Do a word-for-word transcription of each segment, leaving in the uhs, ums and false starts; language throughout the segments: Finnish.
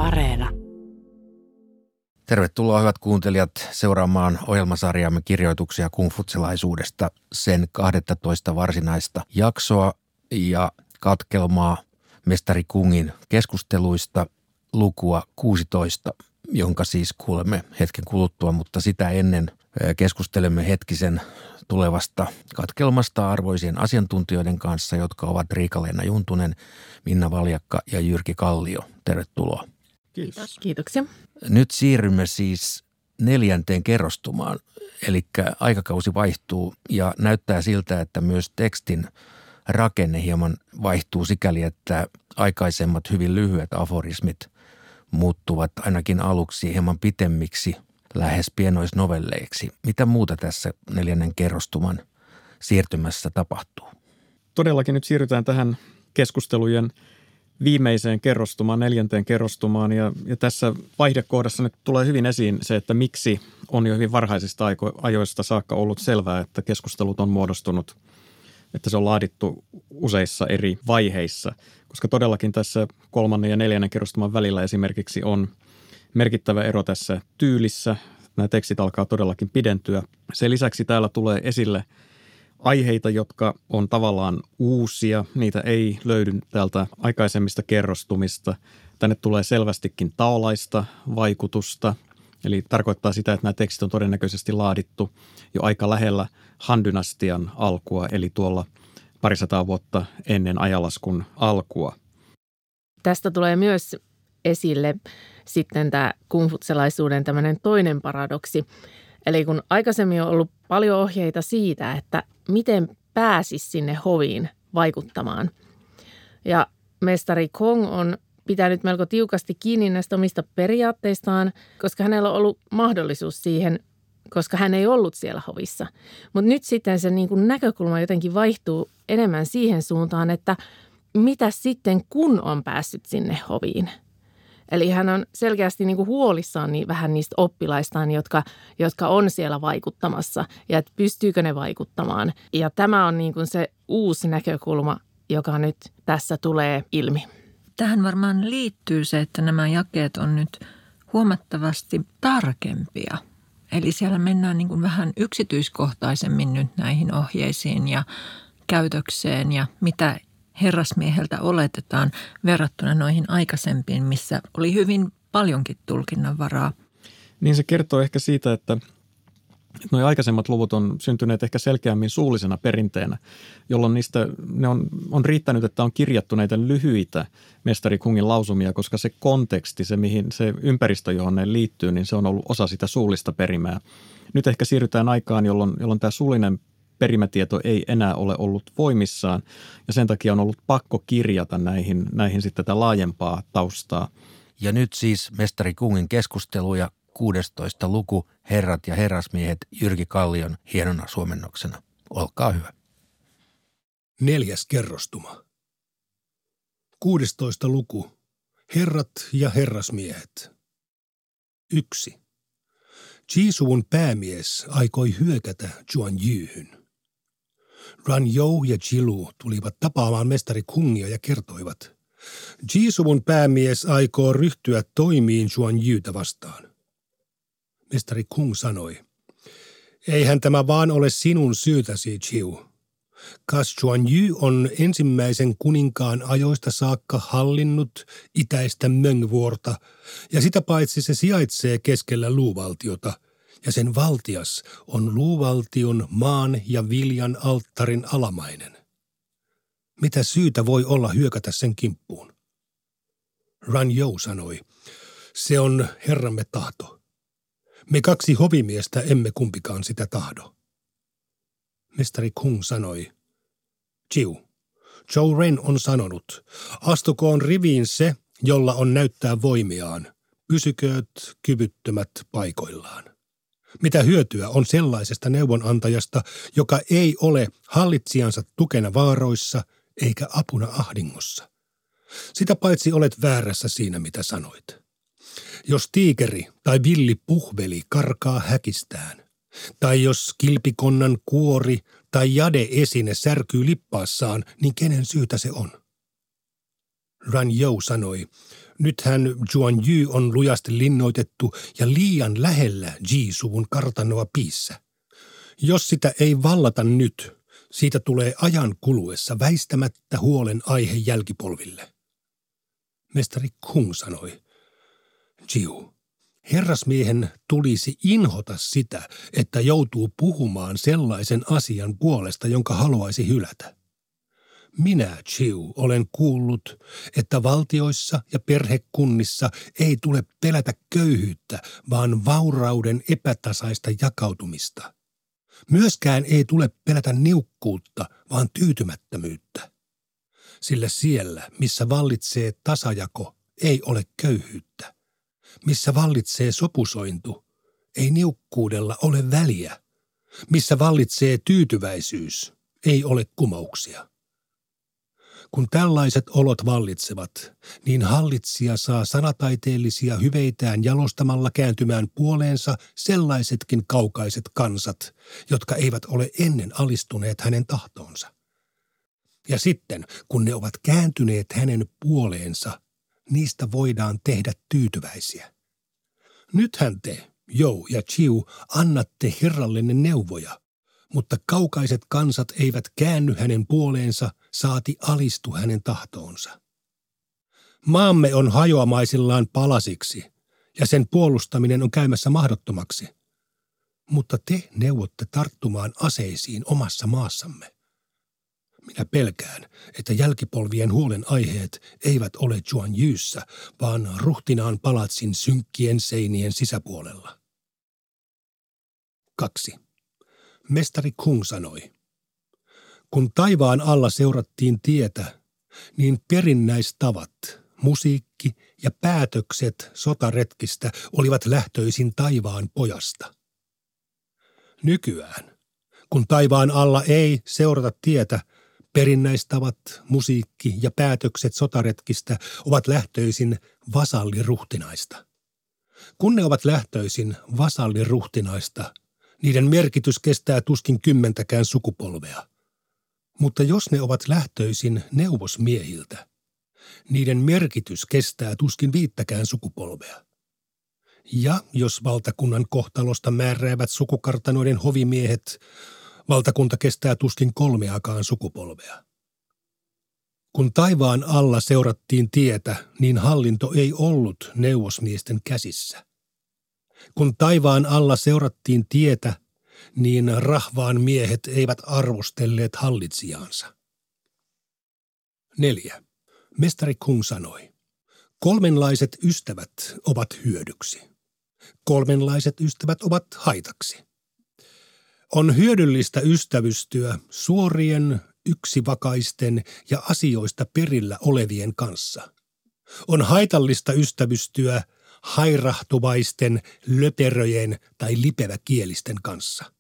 Areena. Tervetuloa hyvät kuuntelijat seuraamaan ohjelmasarjaamme kirjoituksia kungfutselaisuudesta, sen kahdentatoista varsinaista jaksoa ja katkelmaa mestari Kungin keskusteluista lukua kuusitoista, jonka siis kuulemme hetken kuluttua, mutta sitä ennen keskustelemme hetkisen tulevasta katkelmasta arvoisien asiantuntijoiden kanssa, jotka ovat Riikka-Leena Juntunen, Minna Valjakka ja Jyrki Kallio. Tervetuloa. Kiitos. Kiitoksia. Nyt siirrymme siis neljänteen kerrostumaan, eli aikakausi vaihtuu ja näyttää siltä, että myös tekstin rakenne hieman vaihtuu sikäli, että aikaisemmat hyvin lyhyet aforismit muuttuvat ainakin aluksi hieman pitemmiksi, lähes pienoisnovelleiksi. Mitä muuta tässä neljännen kerrostuman siirtymässä tapahtuu? Todellakin nyt siirrytään tähän keskustelujen viimeiseen kerrostumaan, neljänteen kerrostumaan ja, ja tässä vaihdekohdassa nyt tulee hyvin esiin se, että miksi on jo hyvin varhaisista aiko, ajoista saakka ollut selvää, että keskustelut on muodostunut, että se on laadittu useissa eri vaiheissa, koska todellakin tässä kolmannen ja neljännen kerrostuman välillä esimerkiksi on merkittävä ero tässä tyylissä. Nämä tekstit alkaa todellakin pidentyä. Sen lisäksi täällä tulee esille aiheita, jotka on tavallaan uusia. Niitä ei löydy täältä aikaisemmista kerrostumista. Tänne tulee selvästikin taolaista vaikutusta. Eli tarkoittaa sitä, että nämä tekstit on todennäköisesti laadittu jo aika lähellä Han-dynastian alkua, eli tuolla parisataa vuotta ennen ajanlaskun alkua. Tästä tulee myös esille sitten tämä kungfutselaisuuden tämmöinen toinen paradoksi. Eli kun aikaisemmin on ollut paljon ohjeita siitä, että miten pääsisi sinne hoviin vaikuttamaan. Ja mestari Kong on pitänyt melko tiukasti kiinni näistä omista periaatteistaan, koska hänellä on ollut mahdollisuus siihen, koska hän ei ollut siellä hovissa. Mutta nyt sitten se niin kuin näkökulma jotenkin vaihtuu enemmän siihen suuntaan, että mitä sitten kun on päässyt sinne hoviin. Eli hän on selkeästi niin kuin huolissaan niin vähän niistä oppilaistaan, jotka, jotka on siellä vaikuttamassa ja että pystyykö ne vaikuttamaan. Ja tämä on niin kuin se uusi näkökulma, joka nyt tässä tulee ilmi. Tähän varmaan liittyy se, että nämä jakeet on nyt huomattavasti tarkempia. Eli siellä mennään niin kuin vähän yksityiskohtaisemmin nyt näihin ohjeisiin ja käytökseen ja mitä herrasmieheltä oletetaan verrattuna noihin aikaisempiin, missä oli hyvin paljonkin tulkinnanvaraa. Niin se kertoo ehkä siitä, että nuo aikaisemmat luvut on syntyneet ehkä selkeämmin suullisena perinteenä, jolloin niistä ne on, on riittänyt, että on kirjattu näitä lyhyitä mestari Kungin lausumia, koska se konteksti, se, mihin, se ympäristö, johon ne liittyy, niin se on ollut osa sitä suullista perimää. Nyt ehkä siirrytään aikaan, jolloin, jolloin tämä suullinen perimätieto ei enää ole ollut voimissaan ja sen takia on ollut pakko kirjata näihin, näihin sitten tätä laajempaa taustaa. Ja nyt siis mestari Kungin keskustelu ja kuudestoista luku Herrat ja herrasmiehet Jyrki Kallion hienona suomennoksena. Olkaa hyvä. Neljäs kerrostuma. kuudestoista luku Herrat ja herrasmiehet. Yksi. Chi-suvun päämies aikoi hyökätä Juanyuhyn. Ran Jou ja Chilu tulivat tapaamaan mestari Kungia ja kertoivat, Chi-suvun päämies aikoo ryhtyä toimiin Juanyuta vastaan. Mestari Kung sanoi, eihän tämä vaan ole sinun syytäsi, Chiu. Kas Juanyu on ensimmäisen kuninkaan ajoista saakka hallinnut itäistä Meng-vuorta, ja sitä paitsi se sijaitsee keskellä luuvaltiota, ja sen valtias on luuvaltion maan ja viljan alttarin alamainen. Mitä syytä voi olla hyökätä sen kimppuun? Ran Jou sanoi, se on herramme tahto. Me kaksi hovimiestä emme kumpikaan sitä tahdo. Mestari Kung sanoi, Chiu, Zhou Ren on sanonut, astukoon riviin se, jolla on näyttää voimiaan, pysykööt kyvyttömät paikoillaan. Mitä hyötyä on sellaisesta neuvonantajasta, joka ei ole hallitsijansa tukena vaaroissa eikä apuna ahdingossa? Sitä paitsi olet väärässä siinä, mitä sanoit. Jos tiikeri tai villi puhveli karkaa häkistään, tai jos kilpikonnan kuori tai jade-esine särkyy lippaassaan, niin kenen syytä se on? Ran Jou sanoi, Nythän Juan Yu on lujasti linnoitettu ja liian lähellä Ji-suvun kartanoa piissä. Jos sitä ei vallata nyt, siitä tulee ajan kuluessa väistämättä huolen aihe jälkipolville. Mestari Kung sanoi, Jiu, herrasmiehen tulisi inhota sitä, että joutuu puhumaan sellaisen asian puolesta, jonka haluaisi hylätä. Minä, Jiu, olen kuullut, että valtioissa ja perhekunnissa ei tule pelätä köyhyyttä, vaan vaurauden epätasaista jakautumista. Myöskään ei tule pelätä niukkuutta, vaan tyytymättömyyttä. Sillä siellä, missä vallitsee tasajako, ei ole köyhyyttä. Missä vallitsee sopusointu, ei niukkuudella ole väliä. Missä vallitsee tyytyväisyys, ei ole kumouksia. Kun tällaiset olot vallitsevat, niin hallitsija saa sanataiteellisia hyveitään jalostamalla kääntymään puoleensa sellaisetkin kaukaiset kansat, jotka eivät ole ennen alistuneet hänen tahtoonsa. Ja sitten, kun ne ovat kääntyneet hänen puoleensa, niistä voidaan tehdä tyytyväisiä. Nythän te, Jou ja Chiu, annatte herrallenne neuvoja, mutta kaukaiset kansat eivät käänny hänen puoleensa, saati alistu hänen tahtoonsa. Maamme on hajoamaisillaan palasiksi, ja sen puolustaminen on käymässä mahdottomaksi. Mutta te neuvotte tarttumaan aseisiin omassa maassamme. Minä pelkään, että jälkipolvien huolenaiheet eivät ole Juan Yussä, vaan ruhtinaan palatsin synkkien seinien sisäpuolella. Kaksi. Mestari Kung sanoi, kun taivaan alla seurattiin tietä, niin perinnäistavat, musiikki ja päätökset sotaretkistä olivat lähtöisin taivaan pojasta. Nykyään, kun taivaan alla ei seurata tietä, perinnäistavat, musiikki ja päätökset sotaretkistä ovat lähtöisin vasalliruhtinaista. Kun ne ovat lähtöisin vasalliruhtinaista, niiden merkitys kestää tuskin kymmentäkään sukupolvea. Mutta jos ne ovat lähtöisin neuvosmiehiltä, niiden merkitys kestää tuskin viittäkään sukupolvea. Ja jos valtakunnan kohtalosta määräävät sukukartanoiden hovimiehet, valtakunta kestää tuskin kolmeakaan sukupolvea. Kun taivaan alla seurattiin tietä, niin hallinto ei ollut neuvosmiesten käsissä. Kun taivaan alla seurattiin tietä, niin rahvaan miehet eivät arvostelleet hallitsijaansa. Neljä. Mestari Kung sanoi, kolmenlaiset ystävät ovat hyödyksi. Kolmenlaiset ystävät ovat haitaksi. On hyödyllistä ystävystyä suorien, yksivakaisten ja asioista perillä olevien kanssa. On haitallista ystävystyä hairahtuvaisten, löperöjen tai lipeväkielisten kanssa.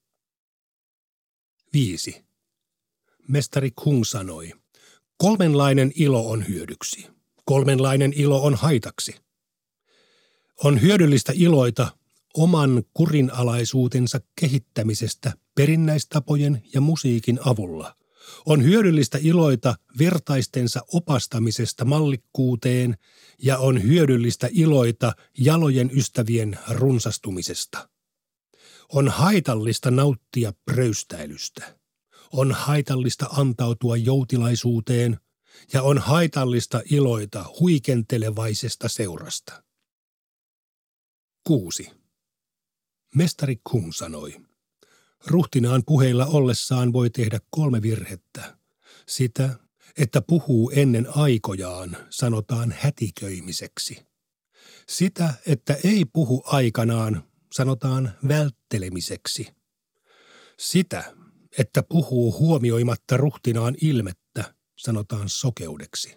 Viisi. Mestari Kung sanoi, kolmenlainen ilo on hyödyksi. Kolmenlainen ilo on haitaksi. On hyödyllistä iloita oman kurinalaisuutensa kehittämisestä perinnäistapojen ja musiikin avulla. On hyödyllistä iloita vertaistensa opastamisesta mallikkuuteen ja on hyödyllistä iloita jalojen ystävien runsastumisesta. On haitallista nauttia pröystäilystä. On haitallista antautua joutilaisuuteen ja on haitallista iloita huikentelevaisesta seurasta. Kuusi. Mestari Kung sanoi, ruhtinaan puheilla ollessaan voi tehdä kolme virhettä. Sitä, että puhuu ennen aikojaan, sanotaan hätiköimiseksi. Sitä, että ei puhu aikanaan, sanotaan välttelemiseksi. Sitä, että puhuu huomioimatta ruhtinaan ilmettä, sanotaan sokeudeksi.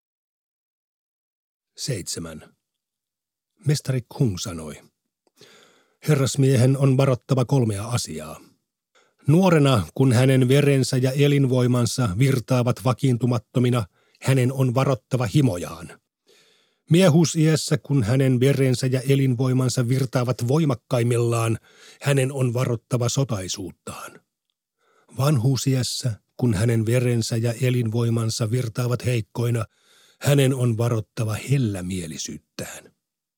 Seitsemän. Mestari Kung sanoi, herrasmiehen on varottava kolmea asiaa. Nuorena, kun hänen verensä ja elinvoimansa virtaavat vakiintumattomina, hänen on varottava himojaan. Miehuusiässä, kun hänen verensä ja elinvoimansa virtaavat voimakkaimmillaan, hänen on varottava sotaisuuttaan. Vanhuusiässä, kun hänen verensä ja elinvoimansa virtaavat heikkoina, Hänen on varottava hellämielisyyttään.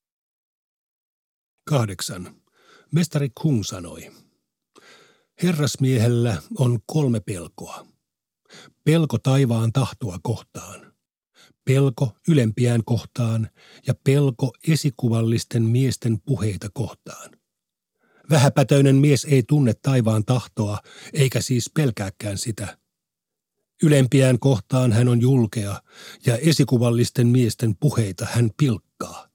Kahdeksan. Mestari Kung sanoi, herrasmiehellä on kolme pelkoa. Pelko taivaan tahtoa kohtaan, pelko ylempiään kohtaan ja pelko esikuvallisten miesten puheita kohtaan. Vähäpätöinen mies ei tunne taivaan tahtoa, eikä siis pelkääkään sitä. Ylempiään kohtaan hän on julkea ja esikuvallisten miesten puheita hän pilkkaa.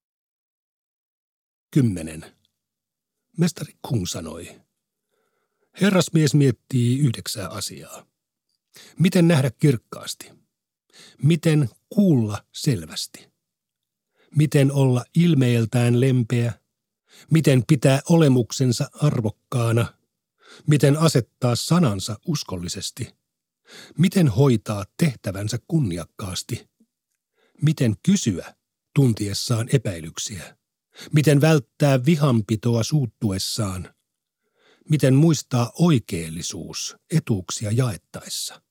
Kymmenen. Mestari Kung sanoi, herrasmies miettii yhdeksää asiaa. Miten nähdä kirkkaasti? Miten kuulla selvästi? Miten olla ilmeeltään lempeä? Miten pitää olemuksensa arvokkaana? Miten asettaa sanansa uskollisesti? Miten hoitaa tehtävänsä kunniakkaasti? Miten kysyä tuntiessaan epäilyksiä? Miten välttää vihanpitoa suuttuessaan? Miten muistaa oikeellisuus etuuksia jaettaessa?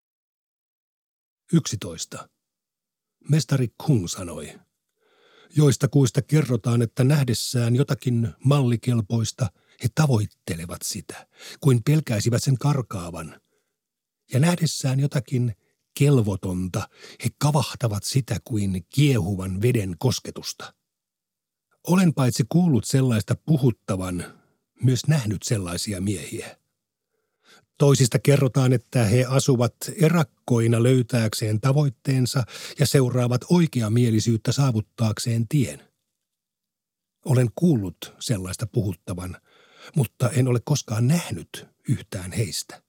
yksitoista. Mestari Kung sanoi, joistakuista kerrotaan, että nähdessään jotakin mallikelpoista he tavoittelevat sitä, kuin pelkäisivät sen karkaavan. Ja nähdessään jotakin kelvotonta he kavahtavat sitä kuin kiehuvan veden kosketusta. Olen paitsi kuullut sellaista puhuttavan, myös nähnyt sellaisia miehiä. Toisista kerrotaan, että he asuvat erakkoina löytääkseen tavoitteensa ja seuraavat oikeamielisyyttä saavuttaakseen tien. Olen kuullut sellaista puhuttavan, mutta en ole koskaan nähnyt yhtään heistä.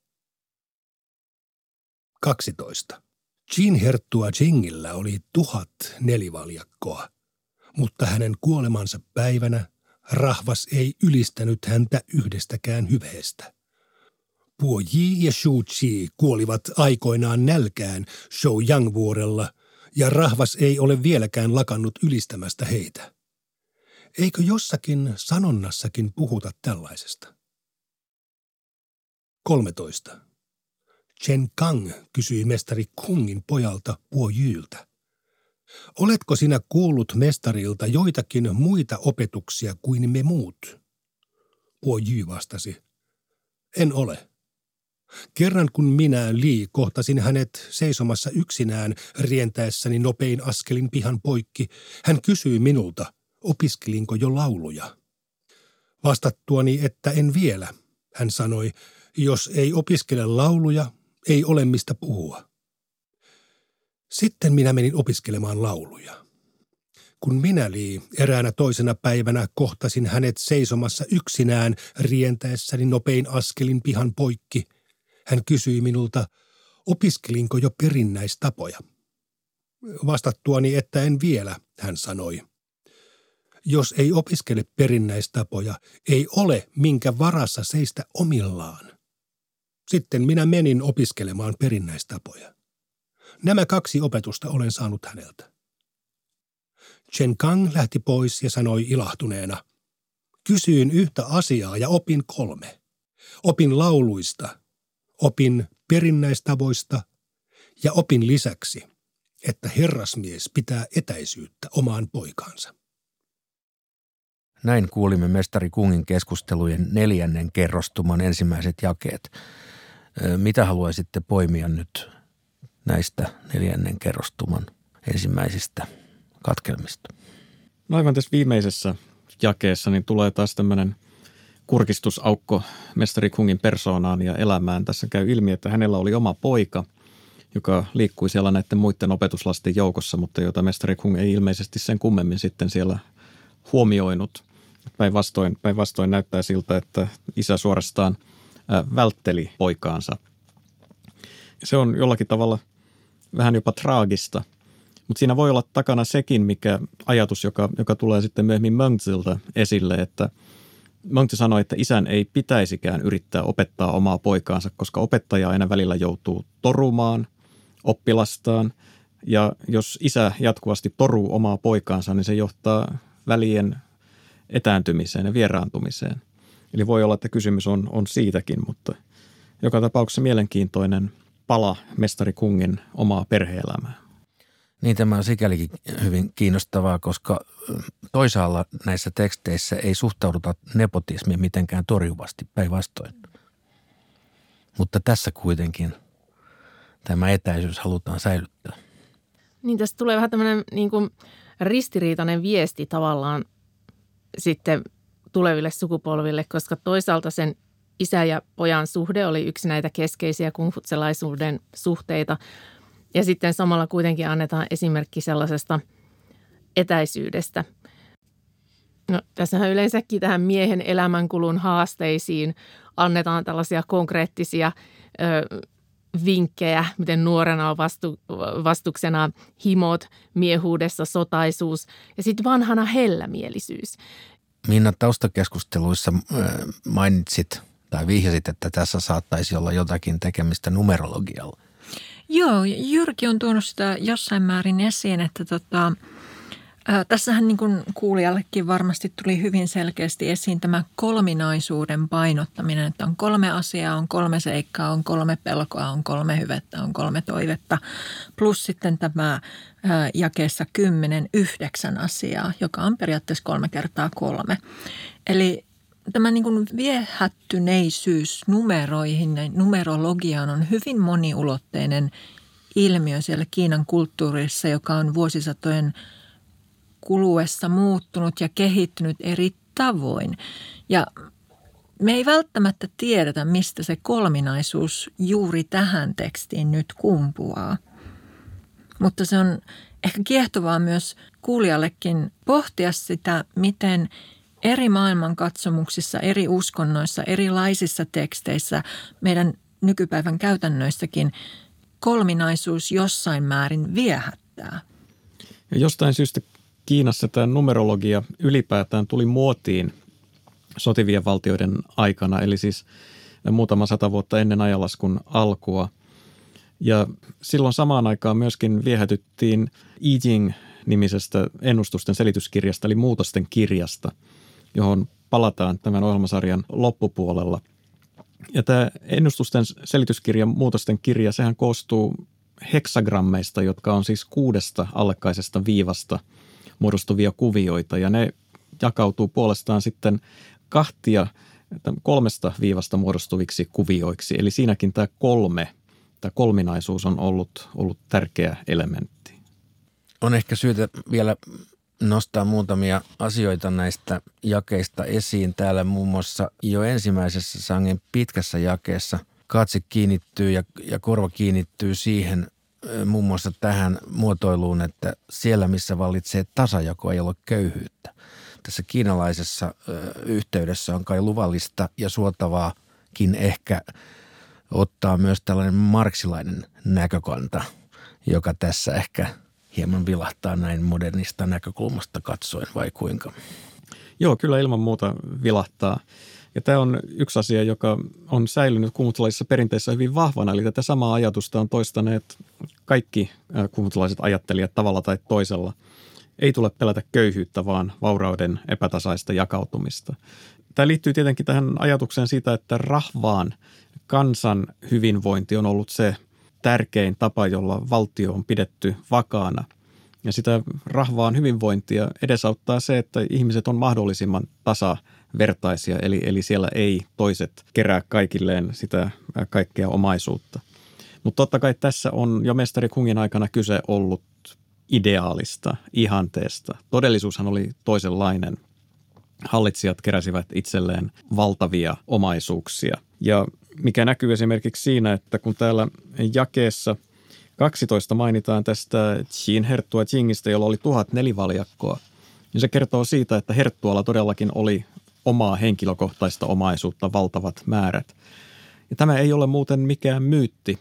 kaksitoista. Qin herttua Qingillä oli tuhat nelivaljakkoa, mutta hänen kuolemansa päivänä rahvas ei ylistänyt häntä yhdestäkään hyveestä. Puo Yi ja Shu Qi kuolivat aikoinaan nälkään Shouyang-vuorella, ja rahvas ei ole vieläkään lakannut ylistämästä heitä. Eikö jossakin sanonnassakin puhuta tällaisesta? kolmetoista. Chen Kang kysyi mestari Kungin pojalta Puo Yiltä. Oletko sinä kuullut mestarilta joitakin muita opetuksia kuin me muut? Puo Yi vastasi. En ole. Kerran kun minä, Li, kohtasin hänet seisomassa yksinään rientäessäni nopein askelin pihan poikki, hän kysyi minulta, opiskelinko jo lauluja. Vastattuani, että en vielä, hän sanoi, jos ei opiskele lauluja, ei ole mistä puhua. Sitten minä menin opiskelemaan lauluja. Kun minä, Li, eräänä toisena päivänä kohtasin hänet seisomassa yksinään rientäessäni nopein askelin pihan poikki, hän kysyi minulta, opiskelinko jo perinnäistapoja. Vastattuani, että en vielä, hän sanoi. Jos ei opiskele perinnäistapoja, ei ole minkä varassa seistä omillaan. Sitten minä menin opiskelemaan perinnäistapoja. Nämä kaksi opetusta olen saanut häneltä. Chen Kang lähti pois ja sanoi ilahtuneena, kysyin yhtä asiaa ja opin kolme. Opin lauluista, opin perinnäistavoista ja opin lisäksi, että herrasmies pitää etäisyyttä omaan poikaansa. Näin kuulimme mestari Kungin keskustelujen neljännen kerrostuman ensimmäiset jakeet. Mitä haluaisitte poimia nyt näistä neljännen kerrostuman ensimmäisistä katkelmista? No aivan tässä viimeisessä jakeessa niin tulee taas tämmöinen kurkistusaukko mestari Kungin persoonaan ja elämään. Tässä käy ilmi, että hänellä oli oma poika, joka liikkui siellä näiden muiden opetuslasten joukossa, mutta jota mestari Kung ei ilmeisesti sen kummemmin sitten siellä huomioinut. Päinvastoin, päinvastoin näyttää siltä, että isä suorastaan vältteli poikaansa. Se on jollakin tavalla vähän jopa traagista, mutta siinä voi olla takana sekin, mikä ajatus, joka, joka tulee sitten myöhemmin Mengziltä esille, että Mengzi sanoi, että isän ei pitäisikään yrittää opettaa omaa poikaansa, koska opettaja aina välillä joutuu torumaan oppilastaan. Ja jos isä jatkuvasti toruu omaa poikaansa, niin se johtaa välien etääntymiseen ja vieraantumiseen. Eli voi olla, että kysymys on, on siitäkin, mutta joka tapauksessa mielenkiintoinen pala mestari Kungin omaa perhe-elämää. Niin, tämä on sikälikin hyvin kiinnostavaa, koska toisaalla näissä teksteissä ei suhtauduta nepotismiin mitenkään torjuvasti, päinvastoin. Mutta tässä kuitenkin tämä etäisyys halutaan säilyttää. Niin, tästä tulee vähän tämmöinen niin kuin ristiriitainen viesti tavallaan sitten tuleville sukupolville, koska toisaalta sen isä ja pojan suhde oli yksi näitä keskeisiä kungfutselaisuuden suhteita. Ja sitten samalla kuitenkin annetaan esimerkki sellaisesta etäisyydestä. No, tässähän yleensäkin tähän miehen elämänkulun haasteisiin annetaan tällaisia konkreettisia ö, vinkkejä, miten nuorena on vastu, vastuksena himot, miehuudessa sotaisuus ja sitten vanhana hellämielisyys. Minna, taustakeskusteluissa mainitsit tai vihjasit, että tässä saattaisi olla jotakin tekemistä numerologialla. Joo, Jyrki on tuonut sitä jossain määrin esiin, että tota, ää, tässähän niin kuin kuulijallekin varmasti tuli hyvin selkeästi esiin tämä kolminaisuuden painottaminen, että on kolme asiaa, on kolme seikkaa, on kolme pelkoa, on kolme hyvettä, on kolme toivetta, plus sitten tämä ää, jakeessa kymmenen, yhdeksän asiaa, joka on periaatteessa kolme kertaa kolme. Eli tämä niin kuin viehättyneisyys numeroihin, numerologiaan on hyvin moniulotteinen ilmiö siellä Kiinan kulttuurissa, joka on vuosisatojen kuluessa muuttunut ja kehittynyt eri tavoin. Ja me ei välttämättä tiedetä, mistä se kolminaisuus juuri tähän tekstiin nyt kumpuaa. Mutta se on ehkä kiehtovaa myös kuulijallekin pohtia sitä, miten eri maailmankatsomuksissa, eri uskonnoissa, erilaisissa teksteissä, meidän nykypäivän käytännöissäkin kolminaisuus jossain määrin viehättää. Ja jostain syystä Kiinassa tämä numerologia ylipäätään tuli muotiin sotivien valtioiden aikana, eli siis muutama sata vuotta ennen ajanlaskun alkua. Ja silloin samaan aikaan myöskin viehätyttiin I Ching-nimisestä ennustusten selityskirjasta, eli muutosten kirjasta, johon palataan tämän ohjelmasarjan loppupuolella. Ja tämä ennustusten selityskirja, muutosten kirja, sehän koostuu heksagrammeista, jotka on siis kuudesta allekkaisesta viivasta muodostuvia kuvioita. Ja ne jakautuu puolestaan sitten kahtia kolmesta viivasta muodostuviksi kuvioiksi. Eli siinäkin tämä kolme, tämä kolminaisuus on ollut, ollut tärkeä elementti. On ehkä syytä vielä nostaa muutamia asioita näistä jakeista esiin. Täällä muun muassa jo ensimmäisessä sangen pitkässä jakeessa katse kiinnittyy ja, ja korva kiinnittyy siihen muun muassa tähän muotoiluun, että siellä missä vallitsee tasajako ei ole köyhyyttä. Tässä kiinalaisessa ö, yhteydessä on kai luvallista ja suotavaakin ehkä ottaa myös tällainen marksilainen näkökanta, joka tässä ehkä hieman vilahtaa näin modernista näkökulmasta katsoen, vai kuinka? Joo, kyllä ilman muuta vilahtaa. Ja tämä on yksi asia, joka on säilynyt kungfutsalaisissa perinteissä hyvin vahvana. Eli tätä samaa ajatusta on toistaneet kaikki kungfutsalaiset ajattelijat tavalla tai toisella. Ei tule pelätä köyhyyttä, vaan vaurauden epätasaista jakautumista. Tämä liittyy tietenkin tähän ajatukseen siitä, että rahvaan kansan hyvinvointi on ollut se tärkein tapa, jolla valtio on pidetty vakaana. Ja sitä rahvaan hyvinvointia edesauttaa se, että ihmiset on mahdollisimman tasavertaisia, eli, eli siellä ei toiset kerää kaikilleen sitä kaikkea omaisuutta. Mutta totta kai tässä on jo mestari Kungin aikana kyse ollut ideaalista, ihanteesta. Todellisuushan oli toisenlainen. Hallitsijat keräsivät itselleen valtavia omaisuuksia. Ja mikä näkyy esimerkiksi siinä, että kun täällä jakeessa kaksitoista mainitaan tästä Qin herttua Qingistä, jolla oli tuhat nelivaljakkoa, niin se kertoo siitä, että herttualla todellakin oli omaa henkilökohtaista omaisuutta valtavat määrät. Ja tämä ei ole muuten mikään myytti.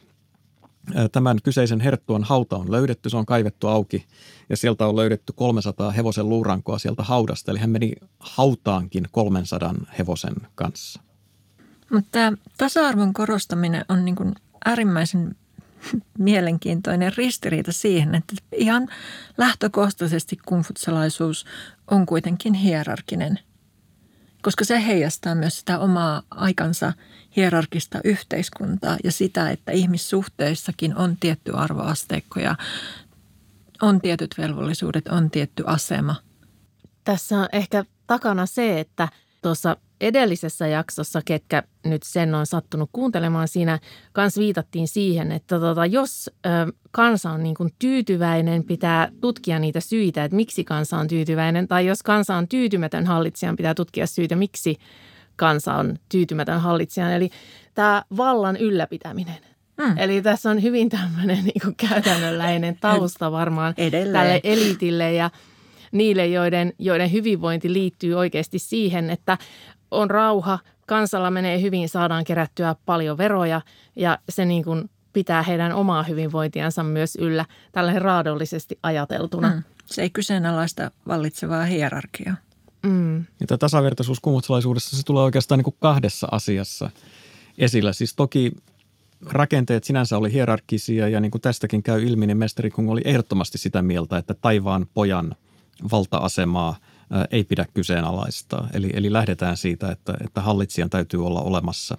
Tämän kyseisen herttuan hauta on löydetty, se on kaivettu auki ja sieltä on löydetty kolmesataa hevosen luurankoa sieltä haudasta. Eli hän meni hautaankin kolmensadan hevosen kanssa. Mutta tämä tasa-arvon korostaminen on niin kuin äärimmäisen mielenkiintoinen ristiriita siihen, että ihan lähtökohtaisesti kungfutsalaisuus on kuitenkin hierarkinen, koska se heijastaa myös sitä omaa aikansa hierarkista yhteiskuntaa ja sitä, että ihmissuhteissakin on tietty arvoasteikko ja On tietyt velvollisuudet, on tietty asema. Tässä on ehkä takana se, että tuossa edellisessä jaksossa, ketkä nyt sen on sattunut kuuntelemaan, siinä kanssa viitattiin siihen, että tota, jos ö, kansa on niin kuin tyytyväinen, pitää tutkia niitä syitä, että miksi kansa on tyytyväinen. Tai jos kansa on tyytymätön hallitsijan, pitää tutkia syitä, miksi kansa on tyytymätön hallitsijan. Eli tämä vallan ylläpitäminen. Mm. Eli tässä on hyvin tämmöinen niin kuin käytännönläheinen tausta varmaan Edelleen. tälle eliitille ja niille, joiden, joiden hyvinvointi liittyy oikeasti siihen, että on rauha, kansalla menee hyvin, saadaan kerättyä paljon veroja ja se niin kuin pitää heidän omaa hyvinvointiansa myös yllä tällainen raadollisesti ajateltuna. Mm. Se ei kyseenalaista vallitsevaa hierarkiaa. Mm. Ja tämä tasavertaisuus kummutsalaisuudessa se tulee oikeastaan niin kuin kahdessa asiassa esillä. Siis toki rakenteet sinänsä oli hierarkkisia ja niin kuin tästäkin käy ilmi, niin mestari Kung oli ehdottomasti sitä mieltä, että taivaan pojan valta-asemaa ää, ei pidä kyseenalaistaa. Eli, eli lähdetään siitä, että, että hallitsijan täytyy olla olemassa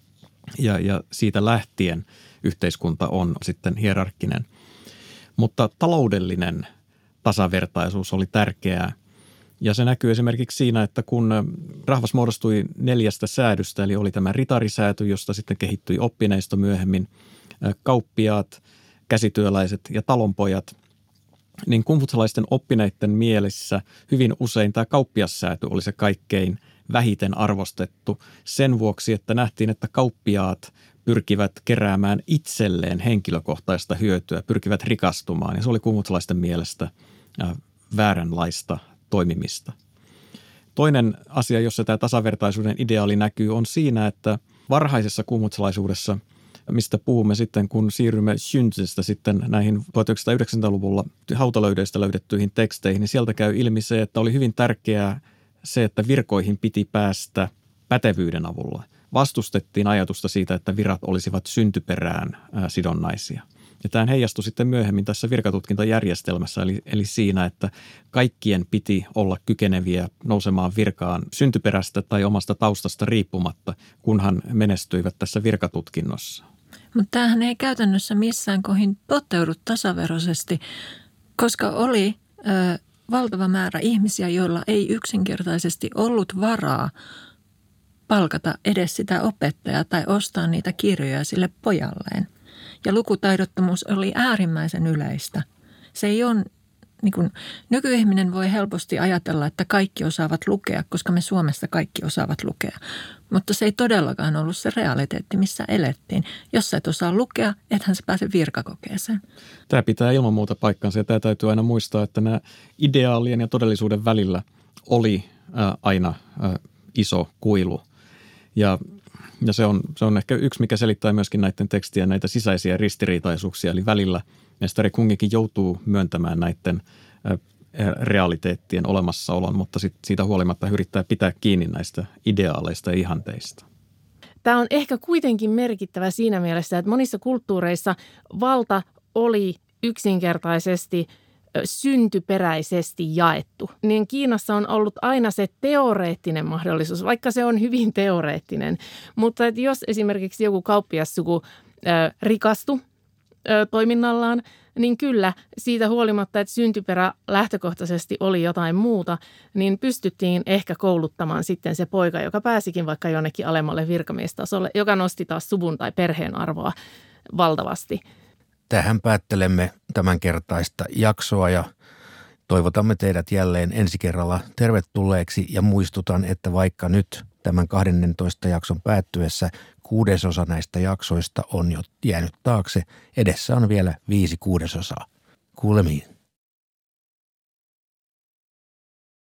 ja, ja siitä lähtien yhteiskunta on sitten hierarkkinen. Mutta taloudellinen tasavertaisuus oli tärkeää ja se näkyy esimerkiksi siinä, että kun rahvas muodostui neljästä säädystä, eli oli tämä ritarisääty, josta sitten kehittyi oppineisto myöhemmin, kauppiaat, käsityöläiset ja talonpojat, niin kungfutsalaisten oppineiden mielessä hyvin usein tämä kauppiassääty oli se kaikkein vähiten arvostettu sen vuoksi, että nähtiin, että kauppiaat pyrkivät keräämään itselleen henkilökohtaista hyötyä, pyrkivät rikastumaan ja se oli kungfutsalaisten mielestä vääränlaista toimimista. Toinen asia, jossa tämä tasavertaisuuden ideaali näkyy, on siinä, että varhaisessa kungfutsalaisuudessa, mistä puhumme sitten, kun siirrymme Xunzista sitten näihin tuhatyhdeksänsataayhdeksänkymmentäluvulla hautalöydöistä löydettyihin teksteihin, niin sieltä käy ilmi se, että oli hyvin tärkeää se, että virkoihin piti päästä pätevyyden avulla. Vastustettiin ajatusta siitä, että virat olisivat syntyperään sidonnaisia. Ja tämä heijastui sitten myöhemmin tässä virkatutkintajärjestelmässä, eli, eli siinä, että kaikkien piti olla kykeneviä nousemaan virkaan syntyperästä tai omasta taustasta riippumatta, kunhan menestyivät tässä virkatutkinnossa. Mutta tämähän ei käytännössä missään kohin toteudu tasaveroisesti, koska oli ö, valtava määrä ihmisiä, joilla ei yksinkertaisesti ollut varaa palkata edes sitä opettajaa tai ostaa niitä kirjoja sille pojalleen. Ja lukutaidottomuus oli äärimmäisen yleistä. Se ei ole, niin kuin, nykyihminen voi helposti ajatella, että kaikki osaavat lukea, koska me Suomessa kaikki osaavat lukea. Mutta se ei todellakaan ollut se realiteetti, missä elettiin. Jos sä et osaa lukea, ethän sä pääse virkakokeeseen. Tämä pitää ilman muuta paikkansa ja tämä täytyy aina muistaa, että nämä ideaalien ja todellisuuden välillä oli ää, aina ää, iso kuilu. Ja Ja se on, se on ehkä yksi, mikä selittää myöskin näiden tekstien näitä sisäisiä ristiriitaisuuksia. Eli välillä mestari Kungikin joutuu myöntämään näiden realiteettien olemassaolon, mutta sit siitä huolimatta yrittää pitää kiinni näistä ideaaleista ja ihanteista. Tämä on ehkä kuitenkin merkittävä siinä mielessä, että monissa kulttuureissa valta oli yksinkertaisesti syntyperäisesti jaettu. Niin Kiinassa on ollut aina se teoreettinen mahdollisuus, vaikka se on hyvin teoreettinen. Mutta että jos esimerkiksi joku kauppiassuku ö, rikastui ö, toiminnallaan, niin kyllä siitä huolimatta, että syntyperä lähtökohtaisesti oli jotain muuta, niin pystyttiin ehkä kouluttamaan sitten se poika, joka pääsikin vaikka jonnekin alemmalle virkamiestasolle, joka nosti taas suvun tai perheen arvoa valtavasti. Tähän päättelemme tämänkertaista jaksoa ja toivotamme teidät jälleen ensi kerralla tervetulleeksi ja muistutan, että vaikka nyt tämän kahdennentoista jakson päättyessä kuudesosa näistä jaksoista on jo jäänyt taakse, edessä on vielä viisi kuudesosaa. Kuulemiin.